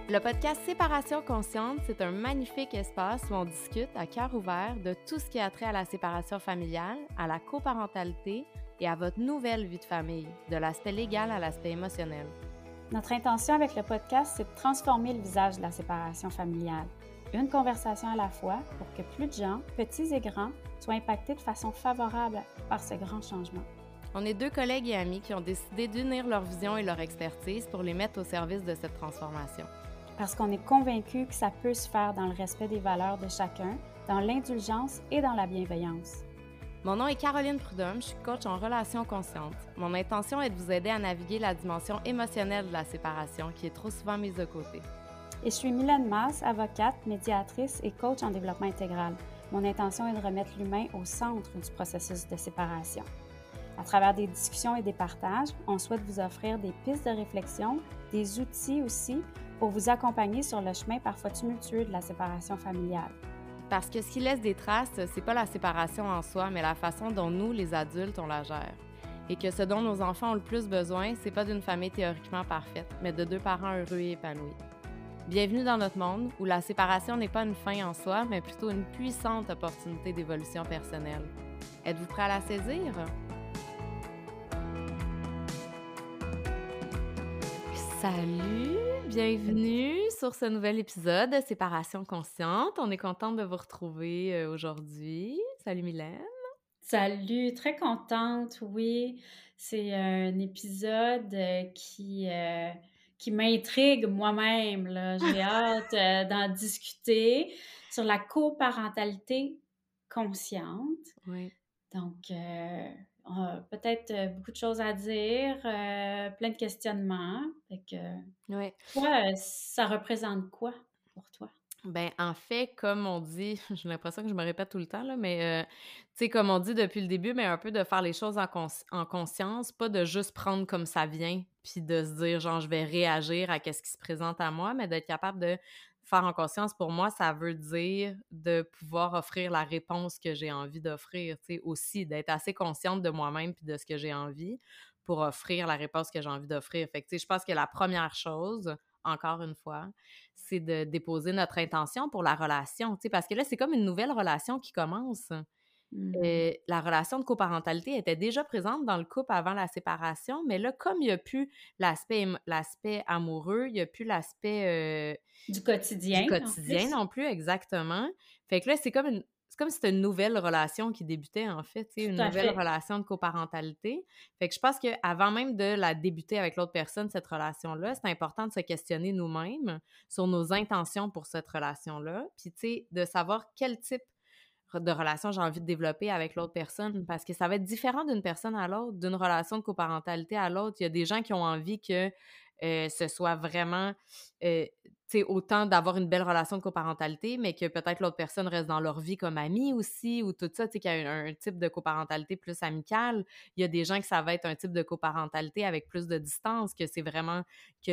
Le podcast Séparation consciente, c'est un magnifique espace où on discute à cœur ouvert de tout ce qui a trait à la séparation familiale, à la coparentalité et à votre nouvelle vie de famille, de l'aspect légal à l'aspect émotionnel. Notre intention avec le podcast, c'est de transformer le visage de la séparation familiale. Une conversation à la fois pour que plus de gens, petits et grands, soient impactés de façon favorable par ce grand changement. On est deux collègues et amis qui ont décidé d'unir leur vision et leur expertise pour les mettre au service de cette transformation. Parce qu'on est convaincus que ça peut se faire dans le respect des valeurs de chacun, dans l'indulgence et dans la bienveillance. Mon nom est Caroline Prudhomme, je suis coach en relations conscientes. Mon intention est de vous aider à naviguer la dimension émotionnelle de la séparation qui est trop souvent mise de côté. Et je suis Mylène Masse, avocate, médiatrice et coach en développement intégral. Mon intention est de remettre l'humain au centre du processus de séparation. À travers des discussions et des partages, on souhaite vous offrir des pistes de réflexion, des outils aussi pour vous accompagner sur le chemin parfois tumultueux de la séparation familiale. Parce que ce qui laisse des traces, c'est pas la séparation en soi, mais la façon dont nous, les adultes, on la gère. Et que ce dont nos enfants ont le plus besoin, c'est pas d'une famille théoriquement parfaite, mais de deux parents heureux et épanouis. Bienvenue dans notre monde où la séparation n'est pas une fin en soi, mais plutôt une puissante opportunité d'évolution personnelle. Êtes-vous prêts à la saisir? Salut! Bienvenue sur ce nouvel épisode de Séparation consciente. On est contente de vous retrouver aujourd'hui. Salut Mylène! Salut, très contente, oui. C'est un épisode qui m'intrigue moi-même, là. J'ai hâte d'en discuter sur la coparentalité consciente. Oui. Donc, on a peut-être beaucoup de choses à dire, plein de questionnements. Fait que, Oui. toi, ça représente quoi pour toi? Ben, en fait, comme on dit, j'ai l'impression que je me répète tout le temps, là, mais tu sais, comme on dit depuis le début, mais un peu de faire les choses en conscience, pas de juste prendre comme ça vient, puis de se dire, genre, je vais réagir à ce qui se présente à moi, mais d'être capable de faire en conscience, pour moi, ça veut dire de pouvoir offrir la réponse que j'ai envie d'offrir, tu sais, aussi, d'être assez consciente de moi-même puis de ce que j'ai envie pour offrir la réponse que j'ai envie d'offrir. Fait que, tu sais, je pense que la première chose, encore une fois, c'est de déposer notre intention pour la relation, tu sais, parce que là, c'est comme une nouvelle relation qui commence. Mmh. La relation de coparentalité était déjà présente dans le couple avant la séparation, mais là, comme il y a plus l'aspect amoureux, il y a plus l'aspect, Du du quotidien, en quotidien plus? non plus, exactement. Fait que là, c'est comme si c'était une nouvelle relation qui débutait, en fait, tu sais, Tout une à nouvelle fait. relation de coparentalité. Fait que je pense qu'avant même de la débuter avec l'autre personne, cette relation-là, c'est important de se questionner nous-mêmes sur nos intentions pour cette relation-là, puis tu sais, de savoir quel type de relation j'ai envie de développer avec l'autre personne, parce que ça va être différent d'une personne à l'autre, d'une relation de coparentalité à l'autre. Il y a des gens qui ont envie que ce soit vraiment, tu sais, autant d'avoir une belle relation de coparentalité, mais que peut-être l'autre personne reste dans leur vie comme amie aussi ou tout ça, tu sais, qu'il y a un type de coparentalité plus amicale. Il y a des gens que ça va être un type de coparentalité avec plus de distance, que c'est vraiment que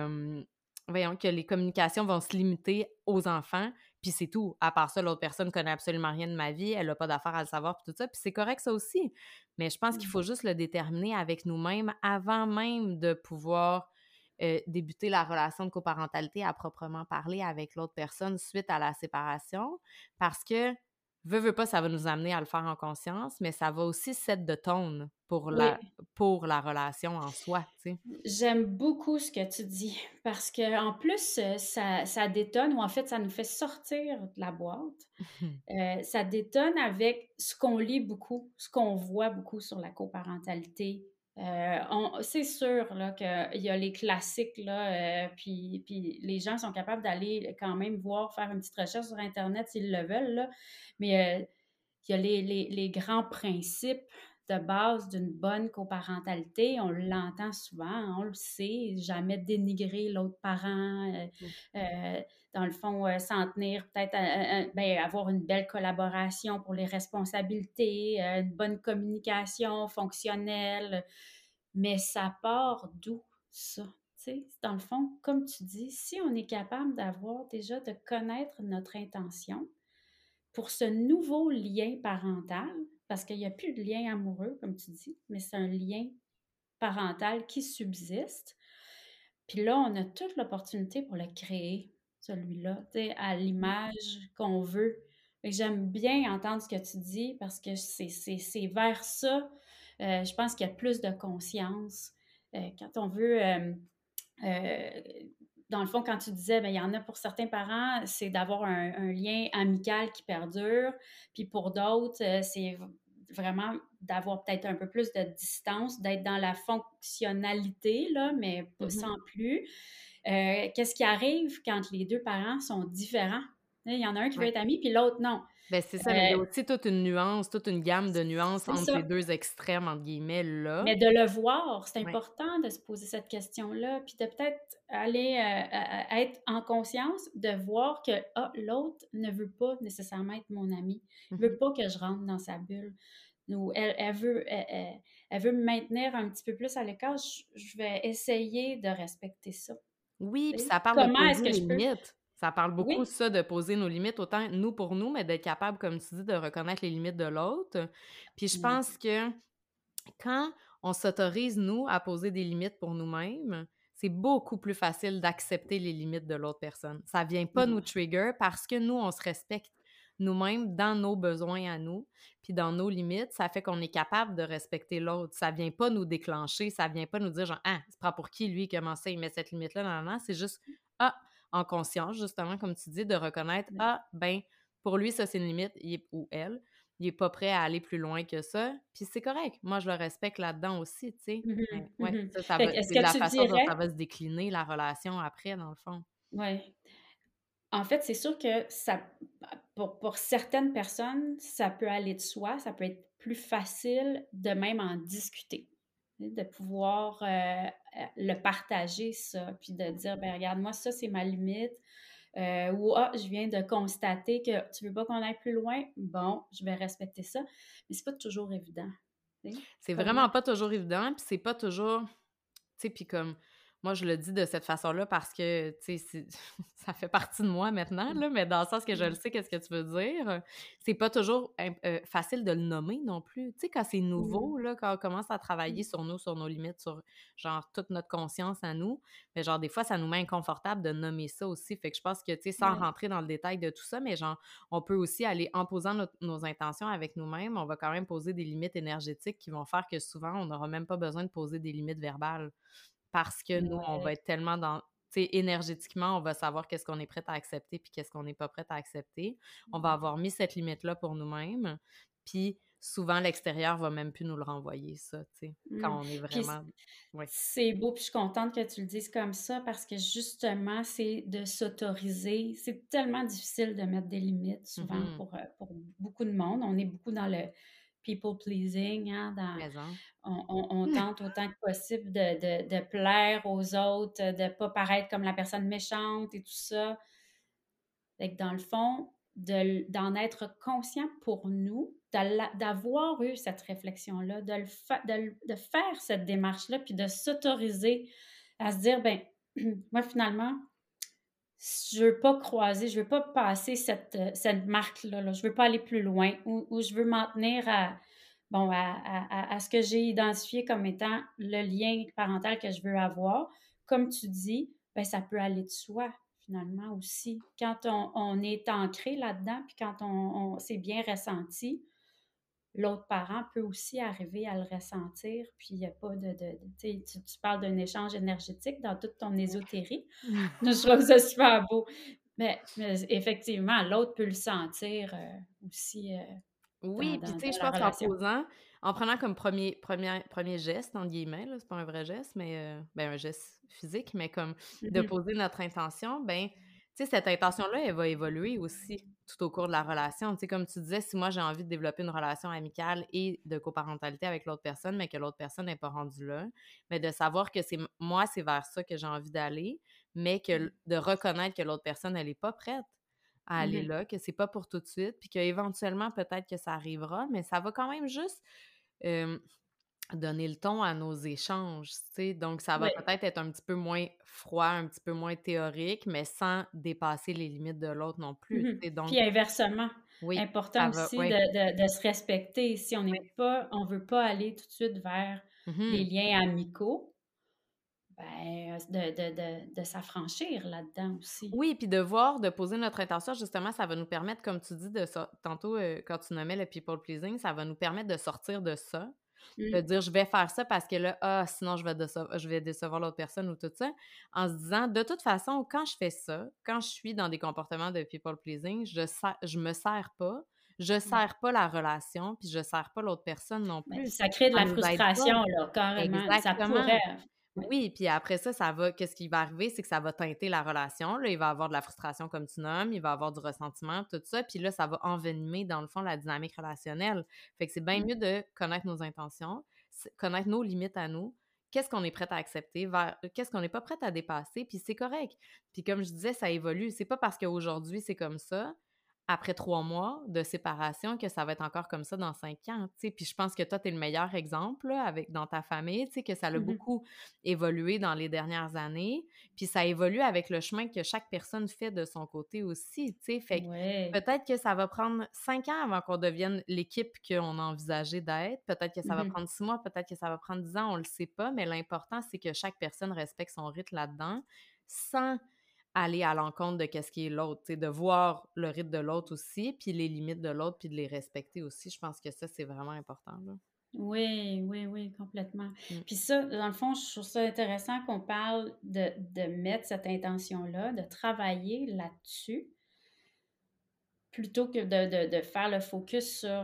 que les communications vont se limiter aux enfants, puis c'est tout. À part ça, l'autre personne connaît absolument rien de ma vie, elle a pas d'affaire à le savoir puis tout ça, puis c'est correct ça aussi. Mais je pense qu'il Mmh. faut juste le déterminer avec nous-mêmes avant même de pouvoir, débuter la relation de coparentalité à proprement parler avec l'autre personne suite à la séparation. Parce que, veut pas, ça va nous amener à le faire en conscience, mais ça va aussi set the tone Oui, pour la relation en soi, tu sais. j'aime beaucoup ce que tu dis parce qu'en plus, ça détonne ou en fait, ça nous fait sortir de la boîte. Ça détonne avec ce qu'on lit beaucoup, ce qu'on voit beaucoup sur la coparentalité. On c'est sûr là qu'il y a les classiques là, puis les gens sont capables d'aller quand même voir, faire une petite recherche sur internet s'ils le veulent là, mais il y a les grands principes de base d'une bonne coparentalité. On l'entend souvent, on le sait, jamais dénigrer l'autre parent, Mmh. dans le fond, s'en tenir peut-être ben, avoir une belle collaboration pour les responsabilités, une bonne communication fonctionnelle. Mais ça part d'où ça? Tu sais, dans le fond, comme tu dis, si on est capable d'avoir déjà de connaître notre intention pour ce nouveau lien parental, parce qu'il n'y a plus de lien amoureux, comme tu dis, mais c'est un lien parental qui subsiste. Puis là, on a toute l'opportunité pour le créer, celui-là, tu sais, à l'image qu'on veut. Fait que j'aime bien entendre ce que tu dis parce que c'est vers ça, je pense qu'il y a plus de conscience, quand on veut, dans le fond, quand tu disais, ben, il y en a pour certains parents, c'est d'avoir un lien amical qui perdure, puis pour d'autres, c'est vraiment d'avoir peut-être un peu plus de distance, d'être dans la fonctionnalité, là, mais pas Mmh. sans plus. Qu'est-ce qui arrive quand les 2 parents sont différents? Tu sais, il y en a un qui veut Ouais. être ami, puis l'autre non. Ben, c'est ça, mais il y a Heu, aussi toute une nuance, toute une gamme de nuances c'est entre ces ça. 2 «extrêmes» entre guillemets là. Mais de le voir, c'est Ouais. important de se poser cette question-là, puis de peut-être aller, à être en conscience, de voir que, ah, l'autre ne veut pas nécessairement être mon ami, Mmh veut mh. pas que je rentre dans sa bulle ou elle veut me maintenir un petit peu plus à l'écart, je vais essayer de respecter ça, Oui, tu puis sais. ça parle de Comment est-ce poser que les je peux limites. Ça parle beaucoup oui, ça de poser nos limites, autant nous pour nous, mais d'être capable, comme tu dis, de reconnaître les limites de l'autre. Puis je mmh, pense que quand on s'autorise, nous, à poser des limites pour nous-mêmes, c'est beaucoup plus facile d'accepter les limites de l'autre personne. Ça vient pas nous mmh, trigger parce que nous, on se respecte nous-mêmes dans nos besoins à nous, puis dans nos limites, ça fait qu'on est capable de respecter l'autre. Ça vient pas nous déclencher, ça vient pas nous dire genre: «Ah, il se prend pour qui lui? Comment ça, il met cette limite-là? Nan, nan, nan». C'est juste, ah, en conscience, justement, comme tu dis, de reconnaître: ouais, «Ah, ben, pour lui, ça, c'est une limite, il est ou elle, il est pas prêt à aller plus loin que ça, puis c'est correct. Moi, je le respecte là-dedans aussi, tu sais. mmh Mais mh, ouais, mmh. ça Fait va que est-ce c'est que la tu façon dont dirais ça va se décliner la relation après, dans le fond. ouais. En fait, c'est sûr que ça pour certaines personnes, ça peut aller de soi, ça peut être plus facile de même en discuter, tu sais, de pouvoir, le partager ça, puis de dire: «Ben regarde, moi ça, c'est ma limite», ou «Ah, je viens de constater que tu veux pas qu'on aille plus loin, bon, je vais respecter ça». Mais c'est pas toujours évident, tu sais? C'est Comment vraiment pas toujours évident, puis c'est pas toujours. Tu sais, puis comme moi, je le dis de cette façon-là parce que, tu sais, ça fait partie de moi maintenant, mmh, là, mais dans le sens que je le mmh, sais qu'est-ce que tu veux dire. C'est pas toujours facile de le nommer non plus. Tu sais, quand c'est mmh, nouveau, là, quand on commence à travailler mmh, sur nous, sur nos limites, sur, genre, toute notre conscience à nous, mais genre, des fois, ça nous met inconfortable de nommer ça aussi. Fait que je pense que, tu sais, sans ouais, rentrer dans le détail de tout ça, mais genre, on peut aussi aller en posant nos intentions avec nous-mêmes, on va quand même poser des limites énergétiques qui vont faire que souvent, on n'aura même pas besoin de poser des limites verbales. Parce que nous, on va ouais, être tellement dans tu sais, énergétiquement, on va savoir qu'est-ce qu'on est prêt à accepter puis qu'est-ce qu'on n'est pas prêt à accepter. On va avoir mis cette limite-là pour nous-mêmes, puis souvent l'extérieur va même plus nous le renvoyer ça, tu sais, mmh, quand on est puis vraiment oui. c'est beau, puis je suis contente que tu le dises comme ça parce que justement, c'est de s'autoriser. C'est tellement difficile de mettre des limites souvent Mmh. pour beaucoup de monde. On est beaucoup dans le people pleasing, hein, dans Maison. on tente autant que possible de plaire aux autres, de pas paraître comme la personne méchante et tout ça. Fait que dans le fond, d'en être conscient pour nous, d'avoir eu cette réflexion-là, de le fa de faire cette démarche-là, puis de s'autoriser à se dire: «Ben, moi finalement, je veux pas croiser, je veux pas passer cette marque-là, là. Je veux pas aller plus loin ou je veux m'en tenir à bon, à ce que j'ai identifié comme étant le lien parental que je veux avoir». Comme tu dis, ben, ça peut aller de soi, finalement, aussi. Quand on est ancré là-dedans, puis quand on c'est bien ressenti, l'autre parent peut aussi arriver à le ressentir, puis il y a pas tu sais, tu parles d'un échange énergétique dans toute ton ésotérie. Je trouve ça super beau. Mais effectivement, l'autre peut le sentir, aussi, Oui, puis tu sais, dans je la pense qu'en relation. posant en prenant comme premier «geste» entre guillemets là, c'est pas un vrai geste, mais ben, un geste physique, mais comme Mmh de mh. poser notre intention, ben, tu sais, cette intention-là, elle va évoluer aussi tout au cours de la relation. Tu sais, comme tu disais, si moi j'ai envie de développer une relation amicale et de coparentalité avec l'autre personne, mais que l'autre personne n'est pas rendue là, mais de savoir que moi, c'est vers ça que j'ai envie d'aller, mais que Mmh. de reconnaître que l'autre personne, elle est pas prête à Mmh aller mh. là, que c'est pas pour tout de suite, puis qu'éventuellement, peut-être que ça arrivera, mais ça va quand même juste, hem, donner le ton à nos échanges, tu sais? Donc ça va Ouais. peut-être être un petit peu moins froid, un petit peu moins théorique, mais sans dépasser les limites de l'autre non Mmh plus, tu mh. sais? Donc Puis inversement, oui, ça important va aussi oui, de se respecter. Si oui. on veut pas aller tout de suite vers Mmh des mh. liens amicaux, ben, de s'affranchir là-dedans aussi. Oui, puis de voir, de poser notre intention, justement, ça va nous permettre, comme tu dis, tantôt, quand tu nommais le people pleasing, ça va nous permettre de sortir de ça, de Mmh. dire: «Je vais faire ça parce que là, sinon je vais décevoir l'autre personne» ou tout ça, en se disant: «De toute façon, quand je fais ça, quand je suis dans des comportements de people pleasing, je me sers pas, je Mmh. sers pas la relation, puis je sers pas l'autre personne non Ben, plus. ça crée de Ça la nous aide pas». frustration, là, carrément. Ça Exactement. pourrait, ouais. Oui, puis après ça va qu'est-ce qui va arriver, c'est que ça va teinter la relation. Là, il va y avoir de la frustration comme tu nommes, il va y avoir du ressentiment, tout ça, puis là, ça va envenimer, dans le fond, la dynamique relationnelle. Fait que c'est bien Mmh. mieux de connaître nos intentions, connaître nos limites à nous, qu'est-ce qu'on est prêt à accepter, qu'est-ce qu'on n'est pas prêt à dépasser, puis c'est correct. Puis comme je disais, ça évolue. C'est pas parce qu'aujourd'hui, c'est comme ça, après 3 mois de séparation, que ça va être encore comme ça dans 5 ans, tu sais. Puis je pense que toi, tu es le meilleur exemple, là, avec dans ta famille, tu sais, que ça a Mmh. beaucoup évolué dans les dernières années, puis ça évolue avec le chemin que chaque personne fait de son côté aussi, tu sais. Fait que Ouais. peut-être que ça va prendre 5 ans avant qu'on devienne l'équipe qu'on a envisagé d'être. Peut-être que ça va Mmh. prendre 6 mois, peut-être que ça va prendre 10 ans, on le sait pas, mais l'important, c'est que chaque personne respecte son rythme là-dedans, sans aller à l'encontre de qu'est-ce qui est l'autre, tu sais, de voir le rythme de l'autre aussi, puis les limites de l'autre, puis de les respecter aussi. Je pense que ça, c'est vraiment important, là. Oui, oui, oui, complètement. Mmh. Puis ça, dans le fond, je trouve ça intéressant qu'on parle de mettre cette intention-là, de travailler là-dessus, plutôt que de faire le focus sur,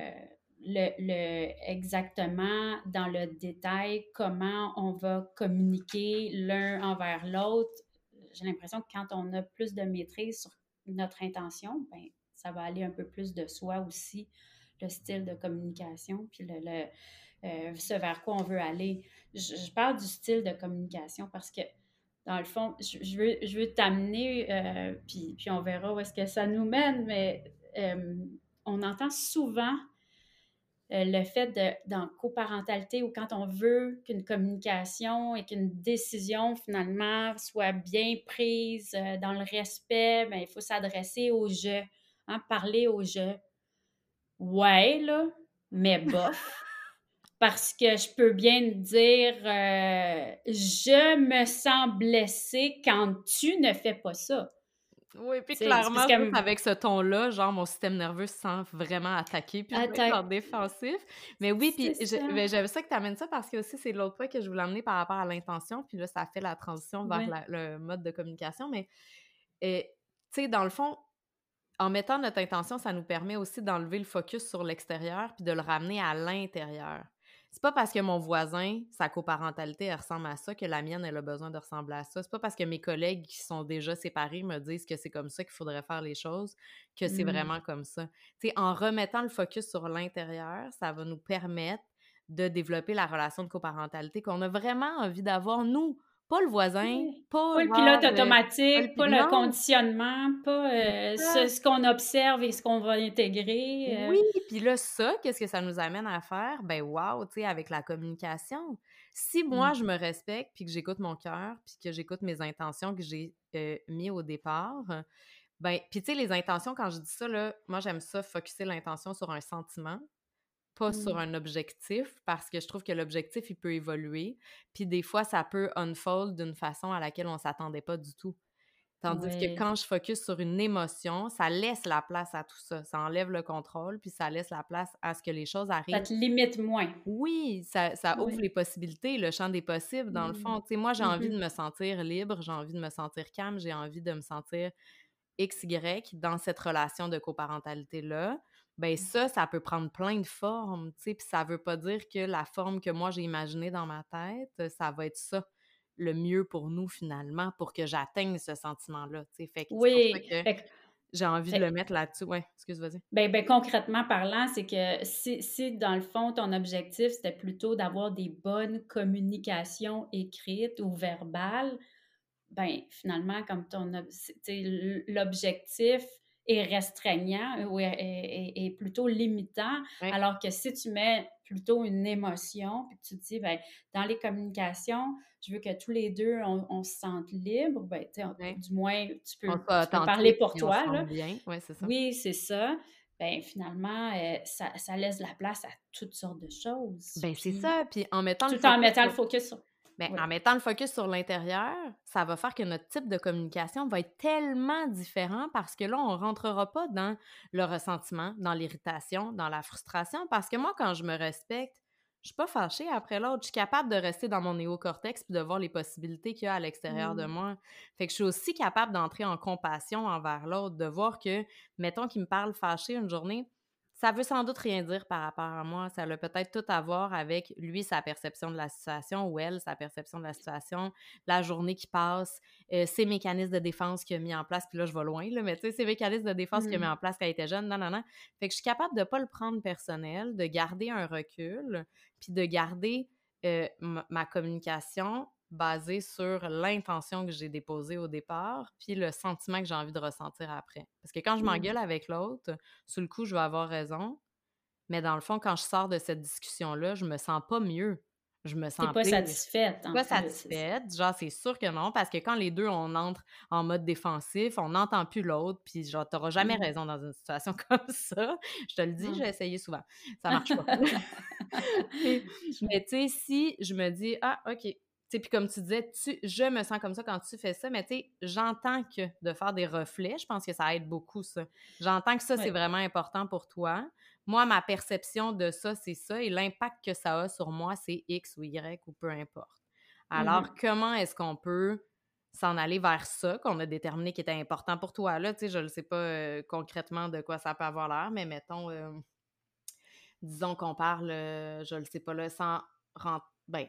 le exactement dans le détail comment on va communiquer l'un envers l'autre. J'ai l'impression que quand on a plus de maîtrise sur notre intention, ben, ça va aller un peu plus de soi aussi, le style de communication, puis ce vers quoi on veut aller. Je parle du style de communication parce que, dans le fond, je veux t'amener, puis on verra où est-ce que ça nous mène, mais on entend souvent le fait dans coparentalité ou quand on veut qu'une communication et qu'une décision finalement soit bien prise dans le respect, ben, il faut s'adresser au je, hein, parler au je. Ouais, là, mais bof. Parce que je peux bien te dire, je me sens blessée quand tu ne fais pas ça. Oui, puis Tu sais, c'est parce clairement, juste que avec ce ton-là, genre, mon système nerveux se sent vraiment attaqué, puis je vais être en attaque, défensif. Mais oui, c'est puis ça. j'aime ça que tu amènes ça parce que aussi c'est l'autre point que je voulais amener par rapport à l'intention, puis là, ça fait la transition vers Ouais. le mode de communication. Mais, tu sais, dans le fond, en mettant notre intention, ça nous permet aussi d'enlever le focus sur l'extérieur puis de le ramener à l'intérieur. C'est pas parce que mon voisin, sa coparentalité, elle ressemble à ça que la mienne, elle a besoin de ressembler à ça. C'est pas parce que mes collègues qui sont déjà séparés me disent que c'est comme ça qu'il faudrait faire les choses que c'est Mmh. vraiment comme ça. Tu sais, en remettant le focus sur l'intérieur, ça va nous permettre de développer la relation de coparentalité qu'on a vraiment envie d'avoir, nous, pas le voisin, Oui. pas Pas le pilote genre, pas automatique, pas le non, conditionnement, pas, ce qu'on observe et ce qu'on va intégrer, oui, puis là, ça, qu'est-ce que ça nous amène à faire? Ben, wow, tu sais, avec la communication. Si moi, mmh, je me respecte, puis que j'écoute mon cœur, puis que j'écoute mes intentions que j'ai mis au départ, ben, puis tu sais, les intentions, quand je dis ça, là, moi, j'aime ça, focusser l'intention sur un sentiment, pas sur mmh, un objectif, parce que je trouve que l'objectif, il peut évoluer, puis des fois, ça peut unfold d'une façon à laquelle on s'attendait pas du tout. Tandis que ouais. quand je focus sur une émotion, ça laisse la place à tout ça. Ça enlève le contrôle, puis ça laisse la place à ce que les choses Ça arrivent. te limite moins. Oui, ça ouvre Oui. les possibilités, le champ des possibles, dans le Mmh. fond. Tu sais, moi, j'ai envie Mmh. de me sentir libre, j'ai envie de me sentir calme, j'ai envie de me sentir X, Y dans cette relation de coparentalité-là. Ben ça peut prendre plein de formes, tu sais, puis ça veut pas dire que la forme que moi j'ai imaginée dans ma tête, ça va être ça, le mieux pour nous finalement, pour que j'atteigne ce sentiment-là, tu sais. Fait que c'est pour ça Oui, que j'ai envie de le fait mettre là-dessus. Ouais, excuse, vas-y. concrètement parlant, c'est que si dans le fond, ton objectif, c'était plutôt d'avoir des bonnes communications écrites ou verbales, ben, finalement, comme ton ob c'est tu sais, l'objectif est restreignant ou est plutôt limitant, Ouais, alors que si tu mets plutôt une émotion, puis que tu te dis: «Ben, dans les communications, je veux que tous les 2 on se sente libres», ben, tu sais, ouais. du moins, On soit tu peux parler authentique pour et on se toi, là. sente bien. Ouais, c'est ça. Oui, c'est ça. Ben, finalement, ça laisse la place à toutes sortes de choses, Ben c'est puis ça, puis en mettant le tout en focus mettant le sur focus sur Ben, Oui. en mettant le focus sur l'intérieur, ça va faire que notre type de communication va être tellement différent parce que là, on rentrera pas dans le ressentiment, dans l'irritation, dans la frustration. Parce que moi, quand je me respecte, je suis pas fâchée après l'autre. Je suis capable de rester dans mon néocortex puis de voir les possibilités qu'il y a à l'extérieur de Mmh. moi. Fait que je suis aussi capable d'entrer en compassion envers l'autre, de voir que, mettons qu'il me parle fâché une journée, ça veut sans doute rien dire par rapport à moi. Ça a peut-être tout à voir avec lui, sa perception de la situation ou elle, sa perception de la situation, la journée qui passe, ses mécanismes de défense qu'il a mis en place. Puis là, je vais loin, là, mais tu sais, ses mécanismes de défense qu'il a mis Mmh. en place quand il était jeune, non, non, non. Fait que je suis capable de pas le prendre personnel, de garder un recul, puis de garder ma communication basée sur l'intention que j'ai déposée au départ, puis le sentiment que j'ai envie de ressentir après. Parce que quand je Mmh. m'engueule avec l'autre, sur le coup, je vais avoir raison, mais dans le fond, quand je sors de cette discussion-là, je me sens pas mieux, je me Tu sens pas pire. satisfaite Je suis en pas plus, c'est ça. satisfaite, genre, c'est sûr que non, parce que quand les 2 on entre en mode défensif, on n'entend plus l'autre, puis genre, tu auras jamais Mmh. raison dans une situation comme ça. Je te le dis, Non. j'ai essayé souvent, ça marche pas. Mais mais tu sais, si je me dis: «Ah OK», tu sais, puis comme tu disais, je me sens comme ça quand tu fais ça, mais tu sais, j'entends que de faire des reflets, je pense que ça aide beaucoup ça. J'entends que ça, c'est Oui. vraiment important pour toi. Moi, ma perception de ça, c'est ça et l'impact que ça a sur moi, c'est X ou Y ou peu importe. Alors, Mmh. comment est-ce qu'on peut s'en aller vers ça, qu'on a déterminé qui était important pour toi? Là, tu sais, je ne sais pas, concrètement de quoi ça peut avoir l'air, mais mettons, disons qu'on parle, je le sais pas là, sans ren ben,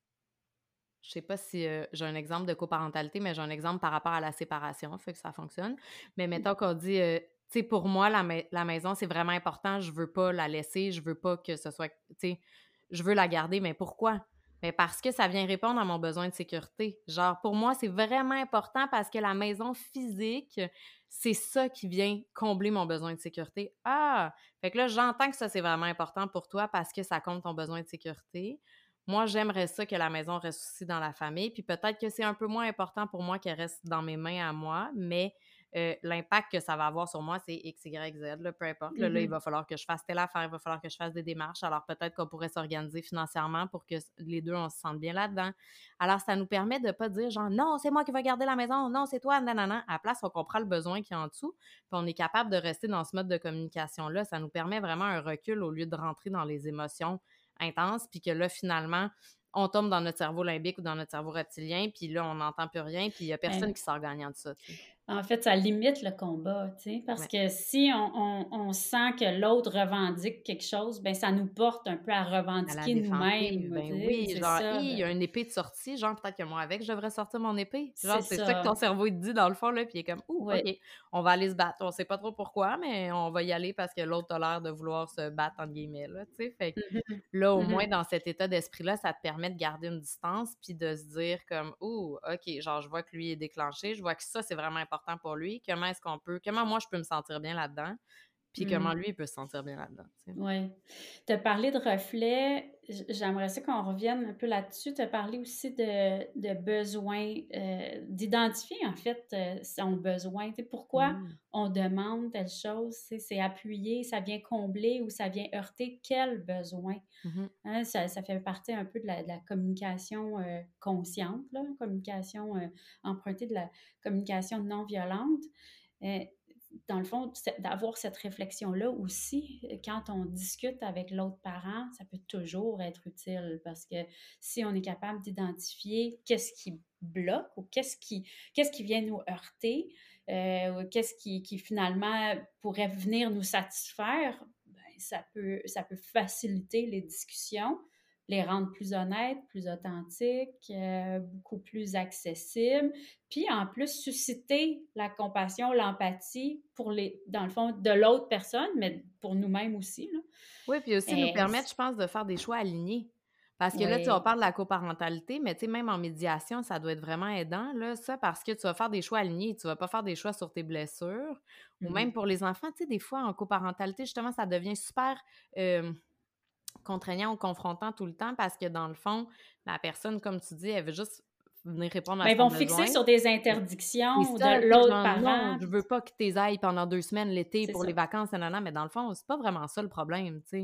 je sais pas si, j'ai un exemple de coparentalité, mais j'ai un exemple par rapport à la séparation, fait que ça fonctionne. Mais mettons qu'on dit, tu sais, pour moi, la maison, c'est vraiment important, je veux pas la laisser, je veux pas que ce soit tu sais, je veux la garder, mais pourquoi? Mais parce que ça vient répondre à mon besoin de sécurité. Genre, pour moi, c'est vraiment important parce que la maison physique, c'est ça qui vient combler mon besoin de sécurité. Ah! Fait que là, j'entends que ça, c'est vraiment important pour toi parce que ça compte ton besoin de sécurité. Moi, j'aimerais ça que la maison reste aussi dans la famille, puis peut-être que c'est un peu moins important pour moi qu'elle reste dans mes mains à moi, mais l'impact que ça va avoir sur moi, c'est X, Y, Z, là, peu importe. Là, il Mmh. va falloir que je fasse telle affaire, il va falloir que je fasse des démarches. Alors peut-être qu'on pourrait s'organiser financièrement pour que les 2 on se sente bien là-dedans. Alors ça nous permet de pas dire genre: «Non, c'est moi qui vais garder la maison, non, c'est toi, nanana». À la place, on comprend le besoin qu'il y a en dessous, puis on est capable de rester dans ce mode de communication-là. Ça nous permet vraiment un recul au lieu de rentrer dans les émotions intense, puis que là, finalement, on tombe dans notre cerveau limbique ou dans notre cerveau reptilien, puis là, on n'entend plus rien, puis il y a personne Ben, qui sort gagnant de ça, tu sais. en fait, ça limite le combat, tu sais, parce Ouais, que si on sent que l'autre revendique quelque chose, ben, ça nous porte un peu à à la revendiquer défensive, nous-mêmes, ben tu sais, oui, c'est genre: ça, «Hi, il y a une épée de sortie, genre peut-être que moi avec, je devrais sortir mon épée». c'est Genre, c'est ça que ton ça. cerveau il te dit dans le fond, là, puis il est comme: «Ouh, Oui. OK, on va aller se battre». On sait pas trop pourquoi, mais on va y aller parce que l'autre a l'air de vouloir se «battre» entre guillemets, là, tu sais? Fait que Mmh mh. là, au moins, Mmh. dans cet état d'esprit-là, ça te permet de garder une distance puis de se dire comme: «Ouh, OK, genre, je vois que lui est déclenché, je vois que ça, c'est vraiment important pour lui. Comment moi, je peux me sentir bien là-dedans? Puis comment Mmh. lui, il peut se sentir bien là-dedans?» tu sais? Ouais. Tu as parlé de reflets, j'aimerais ça qu'on revienne un peu là-dessus. Tu as parlé aussi de besoin, d'identifier en fait, son besoin. Tu sais, pourquoi Mmh. on demande telle chose? Tu sais, c'est appuyé, ça vient combler ou ça vient heurter quel besoin? Mmh. Hein, ça fait partie un peu de la communication, consciente là, communication, empruntée de la communication non violente. Heu, Dans le fond, d'avoir cette réflexion-là aussi, quand on discute avec l'autre parent, ça peut toujours être utile parce que si on est capable d'identifier qu'est-ce qui bloque ou qu'est-ce qui vient nous heurter, ou qu'est-ce qui finalement pourrait venir nous satisfaire, ben, ça peut faciliter les discussions, les rendre plus honnêtes, plus authentiques, beaucoup plus accessibles. Puis en plus, susciter la compassion, l'empathie pour dans le fond, de l'autre personne, mais pour nous-mêmes aussi, là. Oui, puis aussi nous Et permettre, je pense, de faire des choix alignés. Parce que là, tu sais, on oui. parle de la coparentalité, mais tu sais, même en médiation, ça doit être vraiment aidant, là, ça, parce que tu vas faire des choix alignés. Tu vas pas faire des choix sur tes blessures. Ou Mmh. même pour les enfants, tu sais, des fois, en coparentalité, justement, ça devient super contraignant ou confrontant tout le temps parce que dans le fond, la personne, comme tu dis, elle veut juste venir répondre à Ben, ils son vont fixer besoin. sur des Mais c'est interdictions ça, de tu sais, l'autre genre: «Non, parent, je veux pas que tu ailles pendant 2 semaines l'été c'est pour les ça. vacances, nanana», mais dans le fond, c'est pas vraiment ça le problème, tu sais.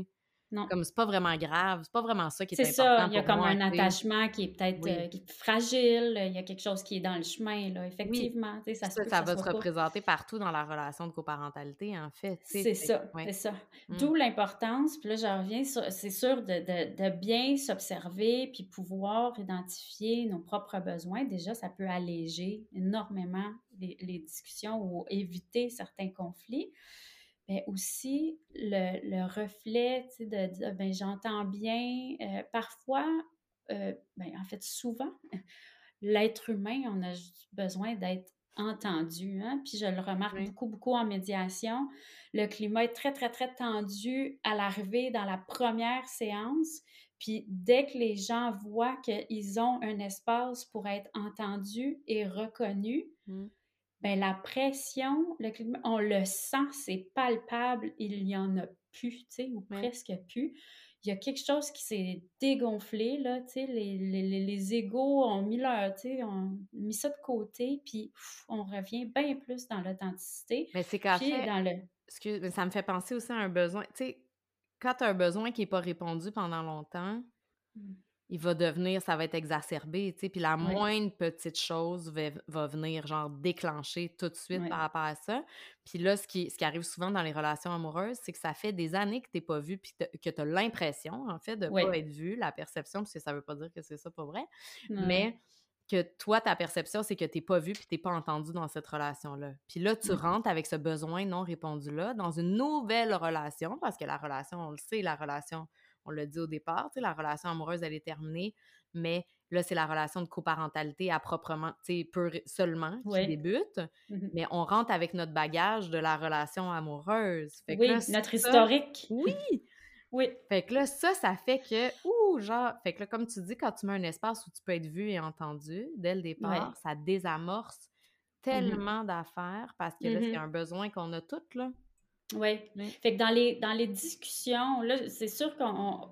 non. Comme c'est pas vraiment grave, c'est pas vraiment ça qui est C'est ça, important il y a pour comme moi, un tu sais. attachement qui est peut-être, Oui. qui est fragile, il y a quelque chose qui est dans le chemin, là, Oui, effectivement, tu sais, puis ça se ça, peut que ça ça va se soit pas représenter partout dans la relation de coparentalité, en fait, tu sais, fait que c'est ouais. ça. Mmh. D'où l'importance, puis là, je reviens sur c'est sûr de bien s'observer, puis pouvoir identifier nos propres besoins. Déjà, ça peut alléger énormément les discussions ou éviter certains conflits. Mais aussi le reflet, tu sais, de dire: «Ben, j'entends bien», parfois, ben, en fait, souvent, l'être humain, on a juste besoin d'être entendu, hein, puis je le remarque Oui. beaucoup, beaucoup en médiation. Le climat est très, très, très tendu à l'arrivée dans la première séance, puis dès que les gens voient qu'ils ont un espace pour être entendus et reconnus, Mmh. ben la pression, le climat, on le sent, c'est palpable, il y en a plus, tu sais, ou Oui. presque plus. Il y a quelque chose qui s'est dégonflé, là, tu sais, les égos ont mis leur, tu sais, ont mis ça de côté, puis on revient bien plus dans l'authenticité, Mais c'est qu'en puis fait, dans le mais ça me fait penser aussi à un besoin, tu sais, quand tu as un besoin qui est pas répondu pendant longtemps, mmh, il va devenir ça va être exacerbé, tu sais, puis la ouais, moindre petite chose va venir, genre, déclencher tout de suite par ouais, rapport à ça. Puis là, ce qui arrive souvent dans les relations amoureuses, c'est que ça fait des années que tu pas vu puis que tu as l'impression, en fait, de pas ouais, être vu, la perception, parce que ça veut pas dire que c'est ça, pas vrai, ouais, mais que toi, ta perception, c'est que tu pas vu puis tu pas entendu dans cette relation-là. Puis là, tu ouais, rentres avec ce besoin non répondu-là dans une nouvelle relation, parce que la relation, on le sait, la relation on l'a dit au départ, tu sais, la relation amoureuse, elle est terminée, mais là, c'est la relation de coparentalité à proprement, tu sais, seulement qui ouais, débute, mmh. mais on rentre avec notre bagage de la relation amoureuse. Fait que là, Oui, notre ça historique. oui! Oui, Fait que là, ça fait que, ouh, genre, fait que là, comme tu dis, quand tu mets un espace où tu peux être vu et entendu dès le départ, ouais, ça désamorce mmh tellement d'affaires parce que là, c'est mh. un besoin qu'on a toutes, là. Oui. Oui. Fait que dans les discussions, là, c'est sûr qu'on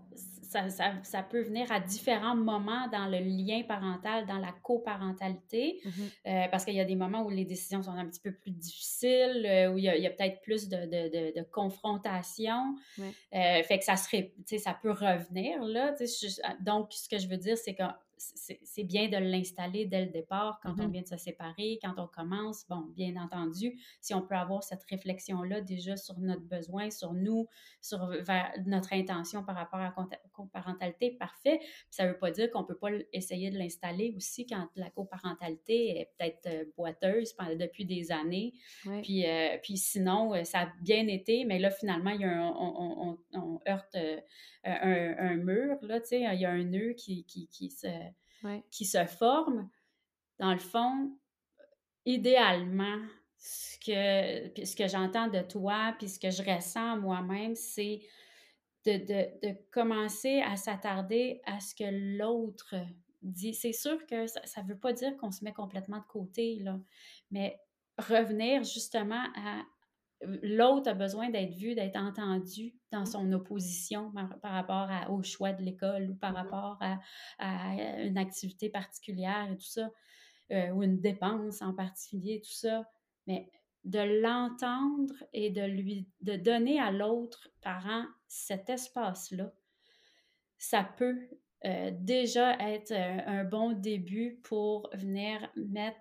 ça peut venir à différents moments dans le lien parental, dans la coparentalité, Mmh. parce qu'il y a des moments où les décisions sont un petit peu plus difficiles, où il y a peut-être plus de confrontation. Ouais. Fait que ça serait, tu sais, ça peut revenir là, tu sais, donc ce que je veux dire, c'est que c'est bien de l'installer dès le départ quand on Mmh. vient de se séparer, quand on commence, bon, bien entendu, si on peut avoir cette réflexion-là déjà sur notre besoin, sur nous, sur vers notre intention par rapport à la coparentalité, parfait. Puis ça veut pas dire qu'on peut pas essayer de l'installer aussi quand la coparentalité est peut-être, boiteuse depuis des années, Ouais. puis sinon, ça a bien été, mais là, finalement, il y a on heurte, un mur, là, tu sais, il y a un nœud Ouais. qui se forme. Dans le fond, idéalement, ce que j'entends de toi, puis ce que je ressens moi-même, c'est de commencer à s'attarder à ce que l'autre dit. C'est sûr que ça veut pas dire qu'on se met complètement de côté, là, mais revenir justement à l'autre a besoin d'être vu, d'être entendu dans Mmh. son opposition par rapport au choix de l'école ou par Mmh. rapport à une activité particulière et tout ça, ou une dépense en particulier, tout ça. Mais de l'entendre et de donner à l'autre parent cet espace-là, ça peut, déjà être, un bon début pour venir mettre,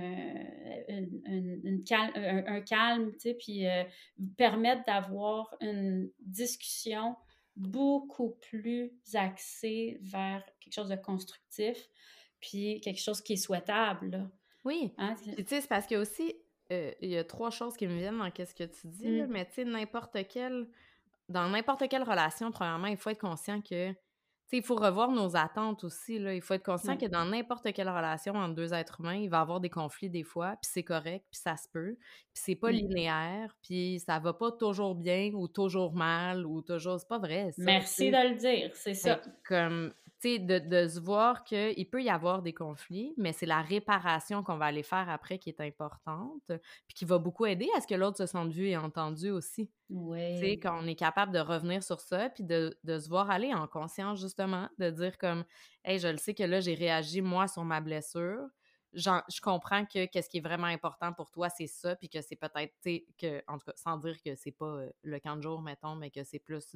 un calme, tu sais, puis, permettre d'avoir une discussion beaucoup plus axée vers quelque chose de constructif, puis quelque chose qui est souhaitable, là, Oui, hein? puis tu sais, c'est parce qu'il y a aussi, il y a 3 choses qui me viennent dans qu'est-ce que tu dis là, Mmh, mais tu sais, dans n'importe quelle relation, premièrement, il faut être conscient que, tu sais, il faut revoir nos attentes aussi là. Il faut être conscient ouais, que dans n'importe quelle relation entre 2 êtres humains, il va y avoir des conflits des fois, puis c'est correct, puis ça se peut, puis c'est pas mmh. linéaire, puis ça va pas toujours bien ou toujours mal ou toujours c'est pas vrai ça, tu Merci sais? de le dire, c'est Fait ça. que comme, tu sais, de se voir qu'il peut y avoir des conflits, mais c'est la réparation qu'on va aller faire après qui est importante, puis qui va beaucoup aider à ce que l'autre se sente vu et entendu aussi. Tu sais, Oui, quand on est capable de revenir sur ça, puis de se voir aller en conscience justement, de dire comme: «Hey, je le sais que là, j'ai réagi moi sur ma blessure, je comprends que qu'est-ce qui est vraiment important pour toi, c'est ça, puis que c'est peut-être, tu sais, que, en tout cas, sans dire que c'est pas le camp de jour, mettons, mais que c'est plus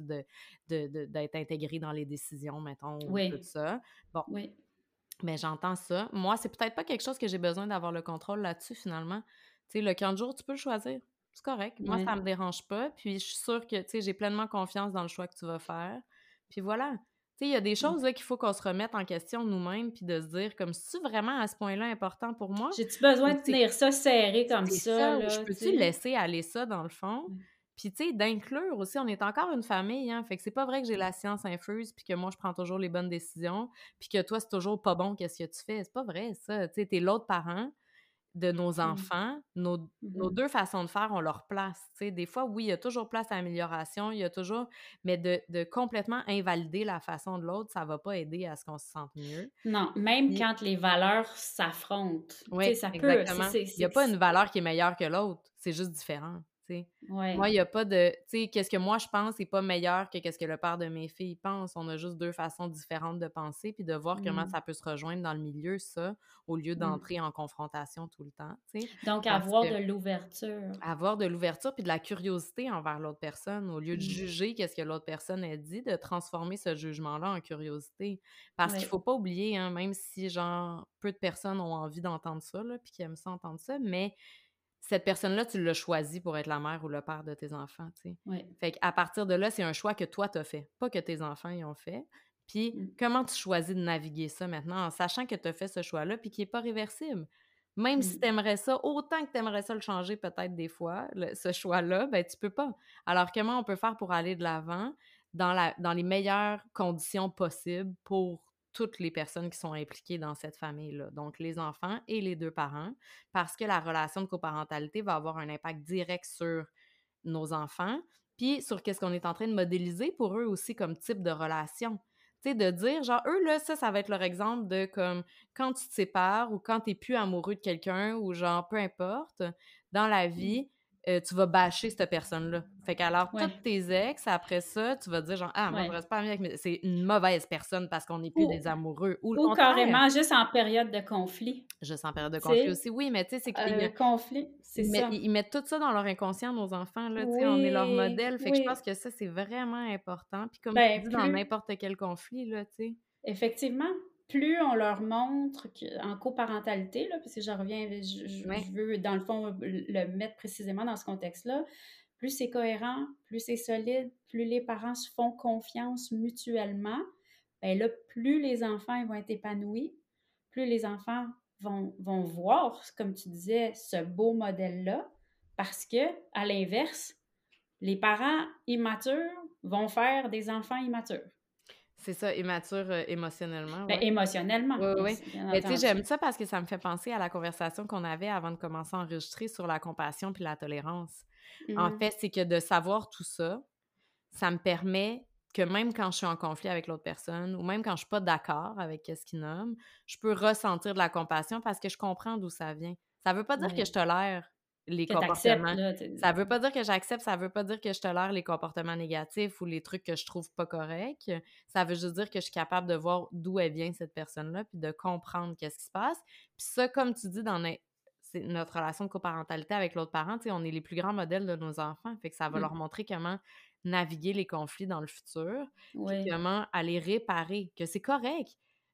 d'être intégré dans les décisions, mettons, ou tout Oui, ça. Bon, oui, mais j'entends ça. Moi, c'est peut-être pas quelque chose que j'ai besoin d'avoir le contrôle là-dessus, finalement. Tu sais, le camp de jour, tu peux le choisir. C'est correct. Moi, ça oui. me dérange pas. Puis, je suis sûre que, tu sais, j'ai pleinement confiance dans le choix que tu vas faire. Puis voilà. Tu sais, il y a des Mmh. choses là qu'il faut qu'on se remette en question nous-mêmes, puis de se dire comme c'est vraiment à ce point-là important pour moi. J'ai-tu Ou besoin de tenir ça serré comme c'est ça, ça, ou je là, tu peux-tu sais? laisser aller ça dans le fond? Mmh, Puis, tu sais, d'inclure aussi, on est encore une famille, hein. Fait que c'est pas vrai que j'ai mmh, la science infuse, puis que moi, je prends toujours les bonnes décisions, puis que toi, c'est toujours pas bon qu'est-ce que tu fais. C'est pas vrai, ça. Tu sais, tu l'autre parent de nos mmh, enfants. Nos mmh. 2 façons de faire ont leur place, tu sais. Des fois, oui, il y a toujours place à amélioration, il y a toujours, mais de complètement invalider la façon de l'autre, ça va pas aider à ce qu'on se sente mieux. Non, même Puis quand les valeurs s'affrontent, tu sais, oui, ça peut, exactement. Il y a pas une valeur qui est meilleure que l'autre, c'est juste différent, tu sais. Moi, ouais, il y a pas de, tu sais, qu'est-ce que moi je pense c'est pas meilleur que qu'est-ce que le père de mes filles pense. On a juste 2 façons différentes de penser, puis de voir comment mmh, ça peut se rejoindre dans le milieu, ça, au lieu mmh. d'entrer en confrontation tout le temps, tu sais. Donc Parce avoir que de l'ouverture. avoir de l'ouverture puis de la curiosité envers l'autre personne, au lieu de Mmh, juger qu'est-ce que l'autre personne a dit, de transformer ce jugement-là en curiosité. Parce qu'il ouais, faut pas oublier, hein, même si, genre, peu de personnes ont envie d'entendre ça, là, puis qui aiment ça entendre ça, mais cette personne-là, tu l'as choisie pour être la mère ou le père de tes enfants, tu sais. ouais, Fait qu'à partir de là, c'est un choix que toi, tu as fait, pas que tes enfants y ont fait. Puis mmh, comment tu choisis de naviguer ça maintenant en sachant que tu as fait ce choix-là puis qu'il est pas réversible? Même si mmh, tu aimerais ça, autant que tu aimerais ça le changer peut-être des fois, ce choix-là, ben tu peux pas. Alors comment on peut faire pour aller de l'avant dans les meilleures conditions possibles pour toutes les personnes qui sont impliquées dans cette famille-là, donc les enfants et les 2 parents, parce que la relation de coparentalité va avoir un impact direct sur nos enfants, puis sur qu'est-ce qu'on est en train de modéliser pour eux aussi comme type de relation. Tu sais, de dire, genre, eux, là, ça va être leur exemple de comme quand tu te sépares ou quand tu es plus amoureux de quelqu'un ou genre, peu importe, dans la mmh, vie, tu vas bâcher cette personne-là. Fait qu'alors, toutes ouais, tes ex, après ça, tu vas dire genre: «Ah, moi, je ouais. reste pas amie avec c'est une mauvaise personne parce qu'on n'est plus Ou des amoureux» ou le ou contraire. carrément juste en période de conflit, Juste en période de tu conflit sais? aussi, oui, mais tu sais, c'est qu'ils Conflit, c'est ça. ils mettent tout ça dans leur inconscient, nos enfants, là, tu sais, on est leur Oui, modèle, fait que je pense oui. que ça, c'est vraiment important, puis comme tu Ben, dis, dans plus n'importe quel conflit, là, tu sais. effectivement, plus on leur montre qu'en coparentalité, là, parce que je reviens, je Ouais. veux, dans le fond, le mettre précisément dans ce contexte-là, plus c'est cohérent, plus c'est solide, plus les parents se font confiance mutuellement, ben là, plus les enfants, ils vont être épanouis, plus les enfants vont voir, comme tu disais, ce beau modèle-là, parce que, à l'inverse, les parents immatures vont faire des enfants immatures. C'est ça, immature, émotionnellement, Ben, ouais. émotionnellement, Ouais, ouais, bien ouais. bien Mais tu sais, entendu. j'aime ça parce que ça me fait penser à la conversation qu'on avait avant de commencer à enregistrer sur la compassion puis la tolérance. En Mmh. fait, c'est que de savoir tout ça, ça me permet que même quand je suis en conflit avec l'autre personne ou même quand je suis pas d'accord avec ce qu'il nomme, je peux ressentir de la compassion parce que je comprends d'où ça vient. Ça veut pas dire que Ouais, je tolère les que tu acceptes, comportements. là, tu Ça veut pas dire que j'accepte, ça veut pas dire que je tolère les comportements négatifs ou les trucs que je trouve pas corrects. Ça veut juste dire que je suis capable de voir d'où elle vient cette personne-là puis de comprendre qu'est-ce qui se passe. Puis ça, comme tu dis dans c'est notre relation de coparentalité avec l'autre parent, tu sais, on est les plus grands modèles de nos enfants, fait que ça va mmh, leur montrer comment naviguer les conflits dans le futur, puis oui, comment aller réparer, que c'est correct.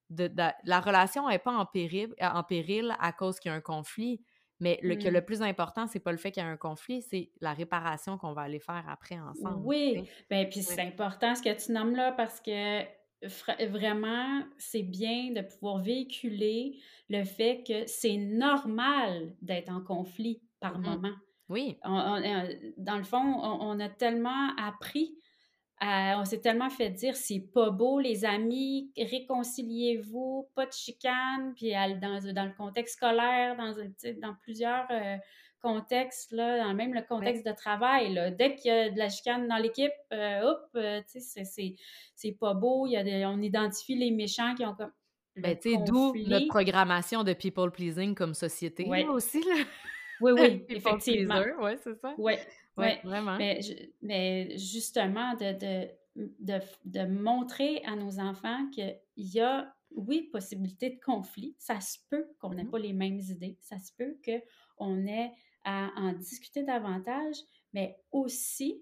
La relation est pas en péril à cause qu'il y a un conflit, mais le mmh. plus important, c'est pas le fait qu'il y a un conflit, c'est la réparation qu'on va aller faire après ensemble, tu Oui, sais? ben, puis Ouais. c'est important ce que tu nommes là parce que vraiment, c'est bien de pouvoir véhiculer le fait que c'est normal d'être en conflit par Mmh. moment. Oui. Dans le fond, on a tellement appris. On s'est tellement fait dire: «C'est pas beau les amis, réconciliez-vous, pas de chicane», puis dans le contexte scolaire, dans un tu sais, dans plusieurs, contextes là, dans même le Ouais. contexte de travail là. Dès qu'il y a de la chicane dans l'équipe, tu sais, c'est pas beau, il y a des on identifie les méchants qui ont comme le Ben, tu sais, d'où notre conflit. programmation de people pleasing comme société, là, Ouais. aussi, là. Oui, oui, People effectivement. pleaser, ouais, c'est ça. Ouais, Ouais, ouais, vraiment. mais justement de montrer à nos enfants qu'il y a oui, possibilité de conflit. Ça se peut qu'on n'ait Mmh. pas les mêmes idées. Ça se peut qu'on ait à en discuter davantage, mais aussi,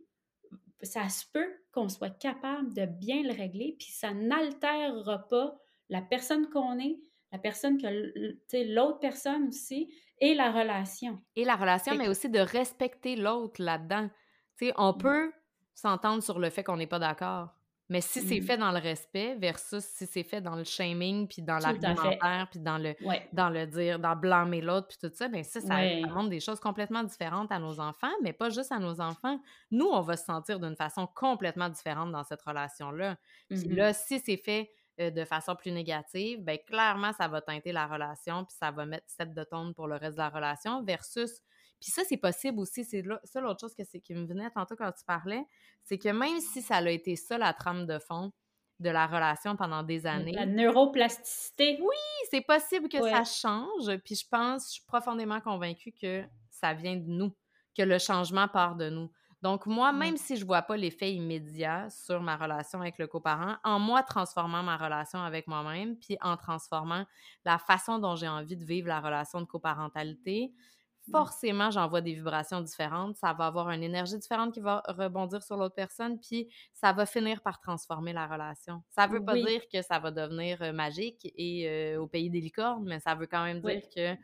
ça se peut qu'on soit capable de bien le régler, puis ça n'altérera pas la personne qu'on est, la personne que tu sais, l'autre personne aussi et la relation. Et la relation, Fait mais que aussi de respecter l'autre là-dedans. Tu sais, on mmh, peut s'entendre sur le fait qu'on n'est pas d'accord, mais si c'est mmh, fait dans le respect versus si c'est fait dans le shaming, puis dans tout à fait. l'argumentaire, puis Ouais, dans le dire, dans blâmer l'autre, puis tout ça, ben ça ouais. montre des choses complètement différentes à nos enfants, mais pas juste à nos enfants. Nous, on va se sentir d'une façon complètement différente dans cette relation-là. Puis Mmh. là, si c'est fait, de façon plus négative, ben clairement, ça va teinter la relation, puis ça va mettre 7 de tone pour le reste de la relation versus puis ça, c'est possible aussi, c'est là ça l'autre chose qui me venait tantôt quand tu parlais, c'est que même si ça a été ça la trame de fond de la relation pendant des La années, neuroplasticité. oui, c'est possible que ça Ouais. change, puis je suis profondément convaincue que ça vient de nous, que le changement part de nous. Donc moi, même Ouais. si je vois pas l'effet immédiat sur ma relation avec le coparent, en moi transformant ma relation avec moi-même, puis en transformant la façon dont j'ai envie de vivre la relation de coparentalité, Mmh. forcément, j'envoie des vibrations différentes. Ça va avoir une énergie différente qui va rebondir sur l'autre personne, puis ça va finir par transformer la relation. Ça veut pas Oui, dire que ça va devenir, magique et au pays des licornes, mais ça veut quand même dire oui, que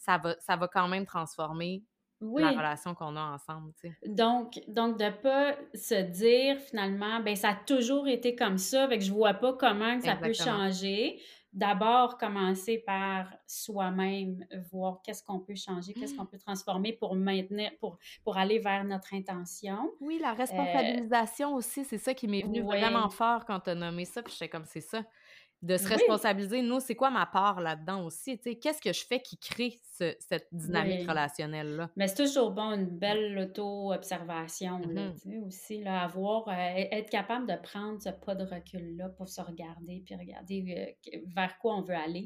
ça va quand même transformer la oui. relation qu'on a ensemble, tu sais. Donc de pas se dire finalement: «Ben, ça a toujours été comme ça, fait que je vois pas comment que ça peut Exactement. changer». D'abord commencer par soi-même, voir qu'est-ce qu'on peut changer, qu'est-ce qu'on peut transformer pour maintenir pour aller vers notre intention. Oui, la Heu, responsabilisation aussi, c'est ça qui m'est venu vraiment ouais, fort quand tu as nommé ça, puis j'étais comme: «C'est ça». De se oui, responsabiliser, nous, c'est quoi ma part là-dedans aussi, tu sais? Qu'est-ce que je fais qui crée cette dynamique oui. relationnelle-là? Mais c'est toujours bon, une belle auto-observation, là, Mmh. tu sais, aussi, là, avoir, être capable de prendre ce pas de recul-là pour se regarder, puis regarder, vers quoi on veut aller,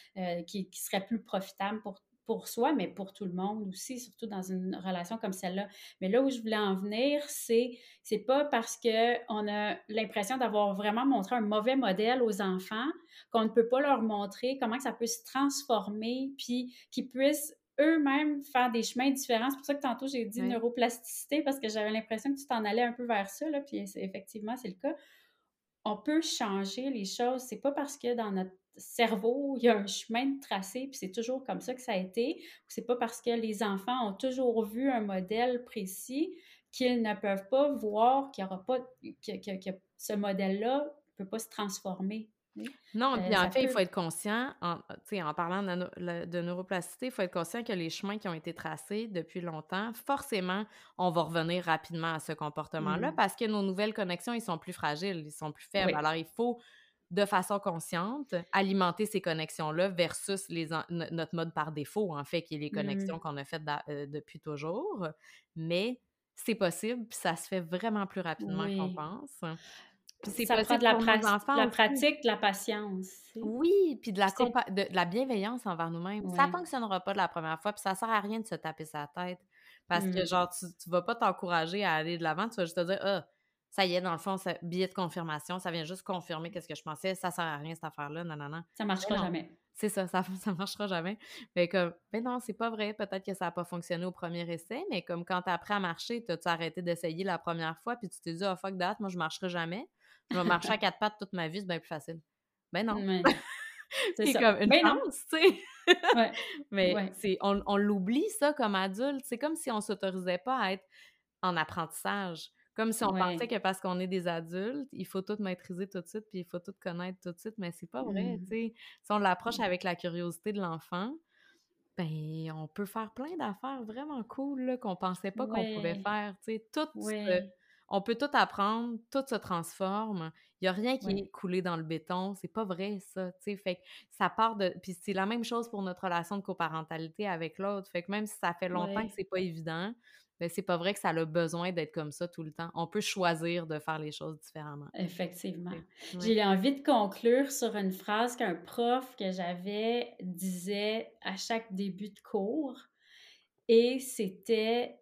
qui serait plus profitable pour soi, mais pour tout le monde aussi, surtout dans une relation comme celle-là. Mais là où je voulais en venir, c'est pas parce qu'on a l'impression d'avoir vraiment montré un mauvais modèle aux enfants qu'on ne peut pas leur montrer comment que ça peut se transformer, puis qu'ils puissent eux-mêmes faire des chemins différents. C'est pour ça que tantôt j'ai dit Oui. neuroplasticité parce que j'avais l'impression que tu t'en allais un peu vers ça, là, puis effectivement, c'est le cas. On peut changer les choses. C'est pas parce que dans notre cerveau, il y a un chemin de tracé, puis c'est toujours comme ça que ça a été, ou c'est pas parce que les enfants ont toujours vu un modèle précis qu'ils ne peuvent pas voir qu'il y aura pas que ce modèle-là peut pas se transformer, tu sais? Non, puis en Ça fait, il peut faut être conscient, tu sais, en parlant de neuroplasticité, il faut être conscient que les chemins qui ont été tracés depuis longtemps, forcément, on va revenir rapidement à ce comportement-là mmh, parce que nos nouvelles connexions, ils sont plus fragiles, ils sont plus faibles. oui, Alors, il faut, de façon consciente, alimenter ces connexions-là versus notre mode par défaut, en fait, qui est les connexions mmh. qu'on a faites depuis toujours. Mais c'est possible, puis ça se fait vraiment plus rapidement qu'on Oui. pense. Puis c'est Ça prend possible de la pour nos prac de enfants la aussi. pratique, de la patience, tu sais? Oui, puis Puis c'est de la bienveillance envers nous-mêmes. Ça ouais. fonctionnera pas de la première fois, puis ça sert à rien de se taper sa tête parce que Mmh. genre tu vas pas t'encourager à aller de l'avant, tu vas juste te dire: «Ah, ça y est, dans le fond, ça billet de confirmation, ça vient juste confirmer qu'est-ce que je pensais, ça sert à rien cette affaire-là, non, non, non». Ça Mais marchera non, jamais. c'est ça, ça ça marchera jamais. Mais comme, ben non, c'est pas vrai, peut-être que ça a pas fonctionné au premier essai, mais comme quand tu as appris à marcher, t'as-tu arrêté d'essayer la première fois puis tu t'es dit: «Ah fuck that, moi je marcherai jamais, je vais marcher à 4 pattes toute ma vie, c'est bien plus facile». Ben non. Mouais, c'est Puis ça. comme une Mais non! chance, tu sais? Ouais, Mais ouais, c'est on l'oublie ça comme adulte. C'est comme si on s'autorisait pas à être en apprentissage. Comme si on pensait ouais. que parce qu'on est des adultes, il faut tout maîtriser tout de suite, puis il faut tout connaître tout de suite, mais c'est pas vrai, Mmh. tu sais? Si on l'approche Mmh. avec la curiosité de l'enfant, ben, on peut faire plein d'affaires vraiment cool, là, qu'on pensait pas qu'on pouvait Ouais, faire, tu sais? Tout se ouais, On peut tout apprendre, tout se transforme. Il y a rien qui ouais, est coulé dans le béton, c'est pas vrai ça, tu sais? Fait que ça part de puis c'est la même chose pour notre relation de coparentalité avec l'autre. Fait que même si ça fait longtemps que ouais, c'est pas évident, ben, c'est pas vrai que ça a besoin d'être comme ça tout le temps. On peut choisir de faire les choses différemment, effectivement. tu sais? Ouais. J'ai envie de conclure sur une phrase qu'un prof que j'avais disait à chaque début de cours et c'était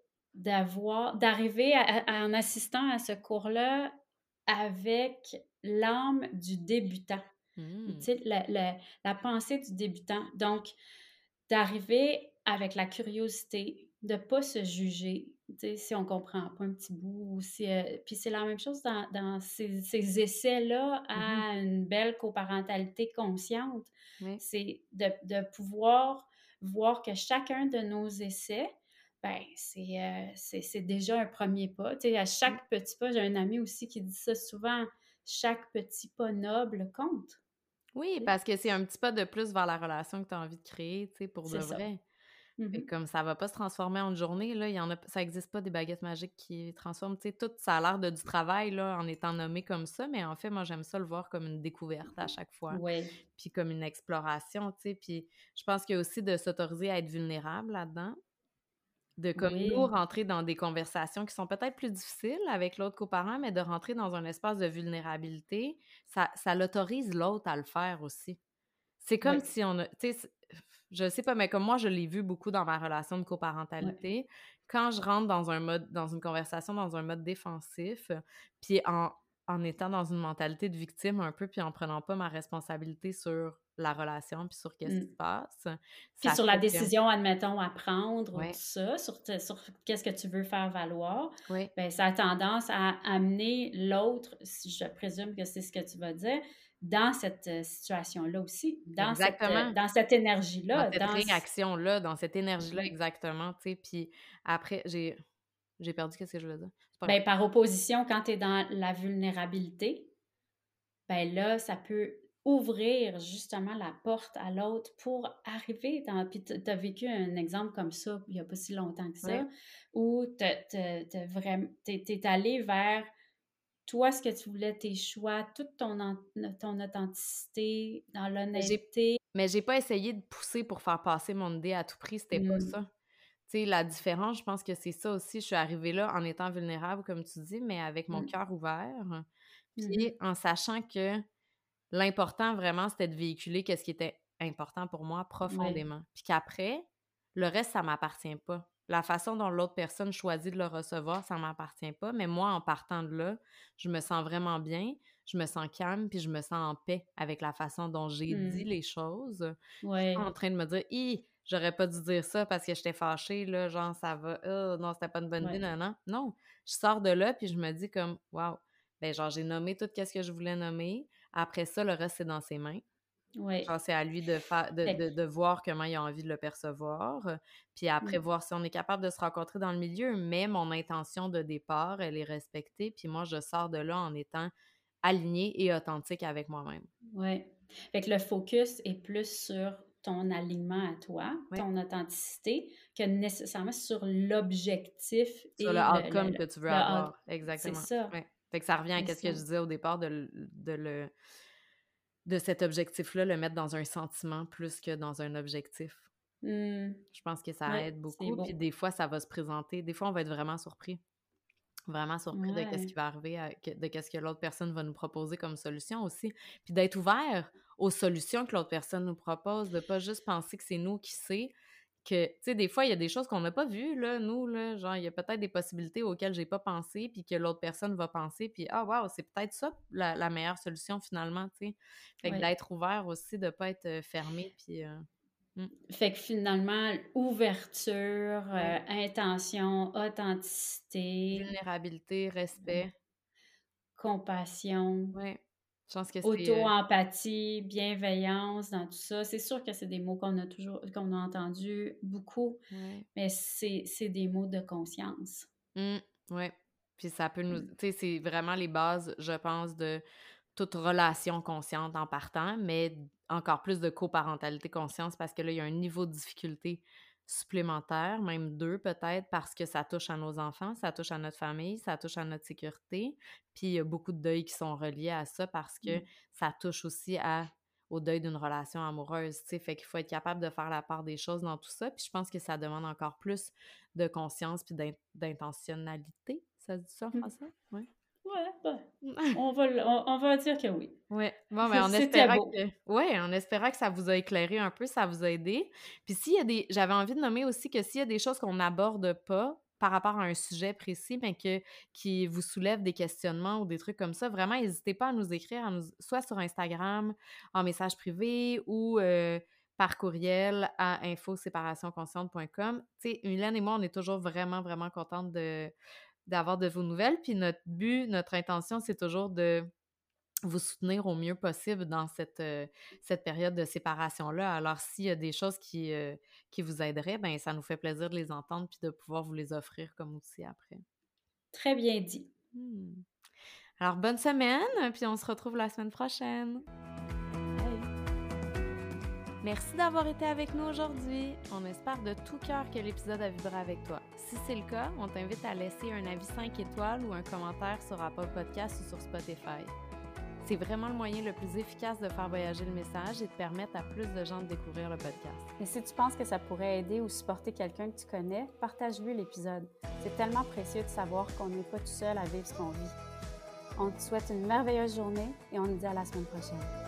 d'arriver en assistant à ce cours-là avec l'âme du débutant. Tu Mmh. sais, la pensée du débutant. Donc, d'arriver avec la curiosité, de pas se juger, tu sais, si on comprend pas un petit bout ou si, puis c'est la même chose dans ces essais-là Mmh. à une belle coparentalité consciente. Oui, C'est de pouvoir voir que chacun de nos essais, ben, c'est déjà un premier pas. Tu sais, à oui. chaque petit pas, j'ai un ami aussi qui dit ça souvent: «Chaque petit pas noble compte», Oui, tu sais? parce que c'est un petit pas de plus vers la relation que tu as envie de créer, tu sais, pour de C'est ça. vrai. Mmh Et mh. comme ça va pas se transformer en une journée, là, il y en a ça existe pas des baguettes magiques qui transforment, tu sais, tout ça a l'air de du travail, là, en étant nommé comme ça, mais en fait, moi, j'aime ça le voir comme une découverte à chaque fois, Ouais, puis comme une exploration, tu sais, puis je pense qu'il y a aussi de s'autoriser à être vulnérable là-dedans, de comme nous oui, rentrer dans des conversations qui sont peut-être plus difficiles avec l'autre coparent, mais de rentrer dans un espace de vulnérabilité, ça l'autorise l'autre à le faire aussi. C'est comme ouais, si on a tu sais, je sais pas, mais comme moi, je l'ai vu beaucoup dans ma relation de ouais. coparentalité. Quand je rentre dans une conversation, dans un mode défensif, puis en étant dans une mentalité de victime un peu, puis en prenant pas ma responsabilité sur la relation, puis sur qu'est-ce qui se Mmh. passe, Puis ça sur la fait que décision, admettons, à prendre ou tout ouais, ça, sur qu'est-ce que tu veux faire valoir, ouais, ben ça a tendance à amener l'autre, si je présume que c'est ce que tu vas dire, dans cette, situation-là aussi, exactement. dans cette Dans énergie-là, cette dans c réaction-là, dans cette énergie-là, oui. exactement, tu sais, puis après j'ai perdu qu'est-ce que je voulais dire? C'est pas grave. Ben, par opposition, quand tu es dans la vulnérabilité, ben là, ça peut ouvrir justement la porte à l'autre pour arriver dans puis tu as vécu un exemple comme ça, il y a pas si longtemps que Ouais. ça, où tu es allé vers toi, ce que tu voulais, tes choix, toute ton authenticité, dans Mais l'honnêteté. j'ai pas essayé de pousser pour faire passer mon idée à tout prix, c'était pas Mmh. ça. Tu sais, la différence, je pense que c'est ça aussi. Je suis arrivée là en étant vulnérable, comme tu dis, mais avec mon Mmh. cœur ouvert, Mmh mh. puis en sachant que l'important vraiment, c'était de véhiculer qu'est-ce qui était important pour moi Ouais. profondément. Puis qu'après, le reste, ça m'appartient pas. La façon dont l'autre personne choisit de le recevoir, ça m'appartient pas, mais moi, en partant de là, je me sens vraiment bien, je me sens calme, puis je me sens en paix avec la façon dont j'ai dit Mmh. les choses. Je suis pas en Ouais. train de me dire: «Hi, j'aurais pas dû dire ça parce que j'étais fâchée, là, genre ça va, non, c'était pas une bonne idée, Ouais. non, non». Non, je sors de là, puis je me dis comme: «Waouh, ben genre j'ai nommé tout qu'est-ce que je voulais nommer. Après ça, le reste, c'est dans ses mains. Ouais. Genre, c'est à lui de faire Fait de voir comment il a envie de le percevoir, puis après mmh. voir si on est capable de se rencontrer dans le milieu. Mais mon intention de départ, elle est respectée, puis moi, je sors de là en étant alignée et authentique avec moi-même. Ouais. Fait que le focus est plus sur ton alignement à toi, Oui, ton authenticité, que nécessairement sur l'objectif sur le et outcome que tu veux le out avoir, c'est exactement. ça, Ouais. Fait que ça revient à c'est qu'est-ce que ça. je disais au départ de cet objectif-là, le mettre dans un sentiment plus que dans un objectif. Mmh. Je pense que ça Ouais, aide c'est beaucoup, puis beau. des fois, ça va se présenter des fois, on va être vraiment surpris de qu'est-ce Ouais. qui va arriver de qu'est-ce que l'autre personne va nous proposer comme solution aussi. Puis d'être ouvert aux solutions que l'autre personne nous propose, de pas juste penser que c'est nous qui sait, que tu sais, des fois, il y a des choses qu'on n'a pas vues, là, nous, là, genre, il y a peut-être des possibilités auxquelles j'ai pas pensé, puis que l'autre personne va penser, puis «Ah waouh, c'est peut-être ça la meilleure solution finalement», tu sais? Fait que Ouais. d'être ouvert aussi, de pas être, fermé, puis, mmh, Fait que finalement, ouverture, ouais, intention, authenticité, vulnérabilité, respect, compassion, ouais, je pense que c'est, auto-empathie, bienveillance dans tout ça. C'est sûr que c'est des mots qu'on a entendus beaucoup, ouais. mais c'est des mots de conscience. Mmh, ouais. Puis ça peut nous tu Mmh. sais, c'est vraiment les bases, je pense, de toute relation consciente en partant, mais encore plus de coparentalité consciente parce que là, il y a un niveau de difficulté supplémentaire, même 2 peut-être, parce que ça touche à nos enfants, ça touche à notre famille, ça touche à notre sécurité. Puis il y a beaucoup de deuils qui sont reliés à ça parce que Mmh. ça touche aussi au deuil d'une relation amoureuse, tu sais? Fait qu'il faut être capable de faire la part des choses dans tout ça, puis je pense que ça demande encore plus de conscience puis d'intentionnalité, ça se dit ça en Mmh. français? Ouais. Ouais, ben, on va dire que oui. Ouais, bon, ben, C'était beau. en espérant que ça vous a éclairé un peu, ça vous a aidé. Puis s'il y a des j'avais envie de nommer aussi que s'il y a des choses qu'on n'aborde pas par rapport à un sujet précis, mais qui vous soulève des questionnements ou des trucs comme ça, vraiment, n'hésitez pas à nous écrire, soit sur Instagram, en message privé ou par courriel à info-séparation-consciente.com. Tu sais, Mylène et moi, on est toujours vraiment, vraiment contentes d'avoir de vos nouvelles. Puis notre but, notre intention, c'est toujours de vous soutenir au mieux possible dans cette période de séparation-là. Alors, s'il y a des choses qui vous aideraient, ben ça nous fait plaisir de les entendre puis de pouvoir vous les offrir comme outil après. Très bien dit. Mmh. Alors, bonne semaine, puis on se retrouve la semaine prochaine. Bye. Merci d'avoir été avec nous aujourd'hui. On espère de tout cœur que l'épisode a vibré avec toi. Si c'est le cas, on t'invite à laisser un avis 5 étoiles ou un commentaire sur Apple Podcasts ou sur Spotify. C'est vraiment le moyen le plus efficace de faire voyager le message et de permettre à plus de gens de découvrir le podcast. Et si tu penses que ça pourrait aider ou supporter quelqu'un que tu connais, partage-lui l'épisode. C'est tellement précieux de savoir qu'on n'est pas tout seul à vivre ce qu'on vit. On te souhaite une merveilleuse journée et on te dit à la semaine prochaine.